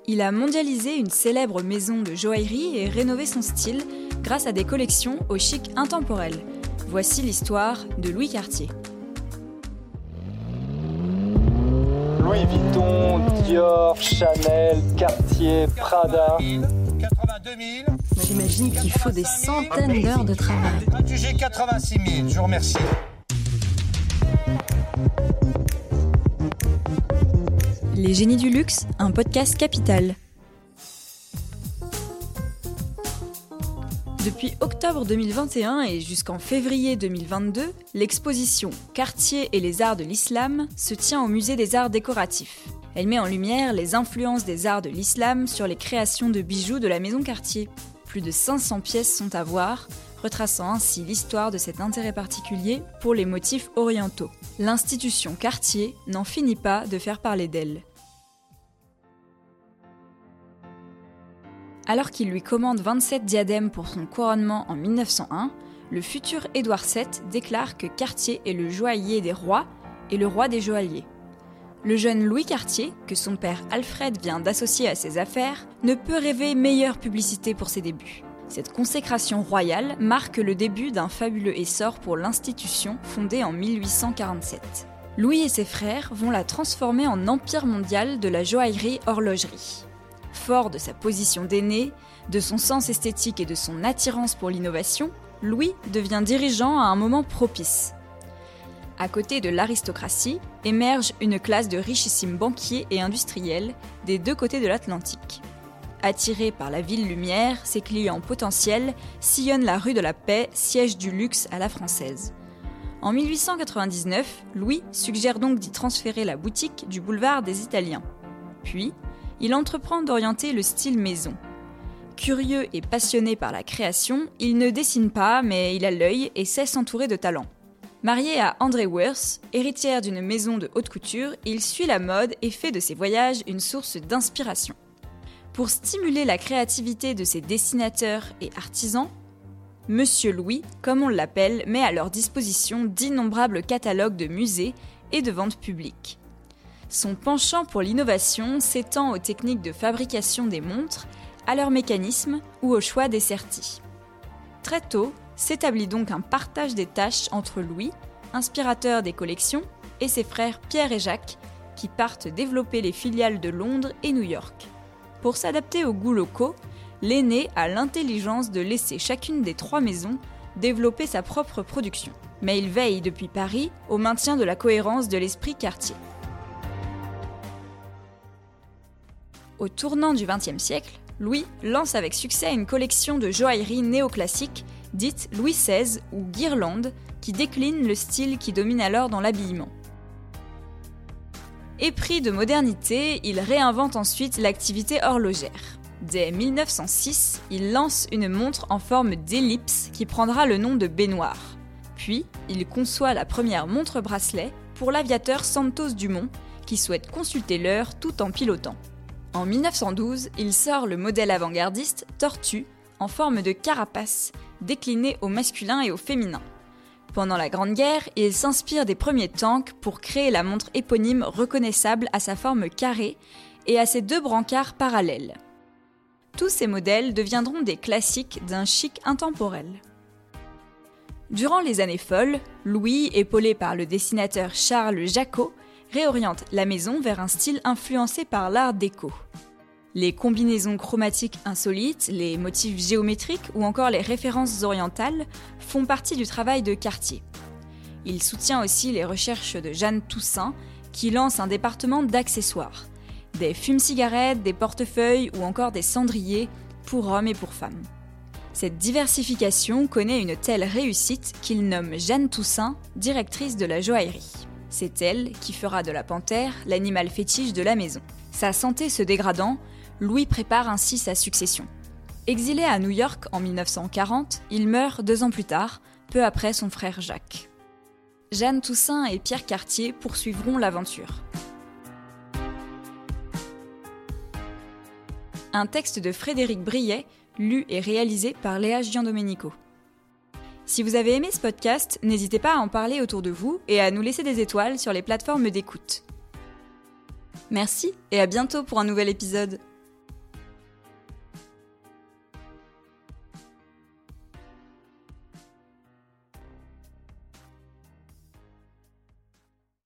Il a mondialisé une célèbre maison de joaillerie et rénové son style grâce à des collections au chic intemporel. Voici l'histoire de Louis Cartier. Louis Vuitton, Dior, Chanel, Cartier, Prada. 82 000. J'imagine qu'il faut des centaines d'heures de travail. Adjugé 86 000, je vous remercie. Les génies du luxe, un podcast Capital. Depuis octobre 2021 et jusqu'en février 2022, l'exposition Cartier et les arts de l'islam se tient au musée des arts décoratifs. Elle met en lumière les influences des arts de l'islam sur les créations de bijoux de la maison Cartier. Plus de 500 pièces sont à voir, retraçant ainsi l'histoire de cet intérêt particulier pour les motifs orientaux. L'institution Cartier n'en finit pas de faire parler d'elle. Alors qu'il lui commande 27 diadèmes pour son couronnement en 1901, le futur Édouard VII déclare que Cartier est le joaillier des rois et le roi des joailliers. Le jeune Louis Cartier, que son père Alfred vient d'associer à ses affaires, ne peut rêver meilleure publicité pour ses débuts. Cette consécration royale marque le début d'un fabuleux essor pour l'institution fondée en 1847. Louis et ses frères vont la transformer en empire mondial de la joaillerie-horlogerie. Fort de sa position d'aîné, de son sens esthétique et de son attirance pour l'innovation, Louis devient dirigeant à un moment propice. À côté de l'aristocratie, émerge une classe de richissimes banquiers et industriels des deux côtés de l'Atlantique. Attirés par la ville lumière, ses clients potentiels sillonnent la rue de la Paix, siège du luxe à la française. En 1899, Louis suggère donc d'y transférer la boutique du boulevard des Italiens. Puis, il entreprend d'orienter le style maison. Curieux et passionné par la création, il ne dessine pas, mais il a l'œil et sait s'entourer de talent. Marié à André Worth, héritière d'une maison de haute couture, il suit la mode et fait de ses voyages une source d'inspiration. Pour stimuler la créativité de ses dessinateurs et artisans, Monsieur Louis, comme on l'appelle, met à leur disposition d'innombrables catalogues de musées et de ventes publiques. Son penchant pour l'innovation s'étend aux techniques de fabrication des montres, à leur mécanisme ou au choix des sertis. Très tôt, s'établit donc un partage des tâches entre Louis, inspirateur des collections, et ses frères Pierre et Jacques, qui partent développer les filiales de Londres et New York. Pour s'adapter aux goûts locaux, l'aîné a l'intelligence de laisser chacune des trois maisons développer sa propre production. Mais il veille depuis Paris au maintien de la cohérence de l'esprit Cartier. Au tournant du XXe siècle, Louis lance avec succès une collection de joaillerie néoclassique dite Louis XVI ou guirlande qui décline le style qui domine alors dans l'habillement. Épris de modernité, il réinvente ensuite l'activité horlogère. Dès 1906, il lance une montre en forme d'ellipse qui prendra le nom de baignoire. Puis, il conçoit la première montre-bracelet pour l'aviateur Santos Dumont qui souhaite consulter l'heure tout en pilotant. En 1912, il sort le modèle avant-gardiste Tortue en forme de carapace, décliné au masculin et au féminin. Pendant la Grande Guerre, il s'inspire des premiers tanks pour créer la montre éponyme reconnaissable à sa forme carrée et à ses deux brancards parallèles. Tous ces modèles deviendront des classiques d'un chic intemporel. Durant les années folles, Louis, épaulé par le dessinateur Charles Jacot, réoriente la maison vers un style influencé par l'art déco. Les combinaisons chromatiques insolites, les motifs géométriques ou encore les références orientales font partie du travail de Cartier. Il soutient aussi les recherches de Jeanne Toussaint, qui lance un département d'accessoires. Des fume-cigarettes, des portefeuilles ou encore des cendriers pour hommes et pour femmes. Cette diversification connaît une telle réussite qu'il nomme Jeanne Toussaint directrice de la joaillerie. C'est elle qui fera de la panthère l'animal fétiche de la maison. Sa santé se dégradant, Louis prépare ainsi sa succession. Exilé à New York en 1940, il meurt 2 ans plus tard, peu après son frère Jacques. Jeanne Toussaint et Pierre Cartier poursuivront l'aventure. Un texte de Frédéric Briet, lu et réalisé par Léa Giandomenico. Si vous avez aimé ce podcast, n'hésitez pas à en parler autour de vous et à nous laisser des étoiles sur les plateformes d'écoute. Merci et à bientôt pour un nouvel épisode.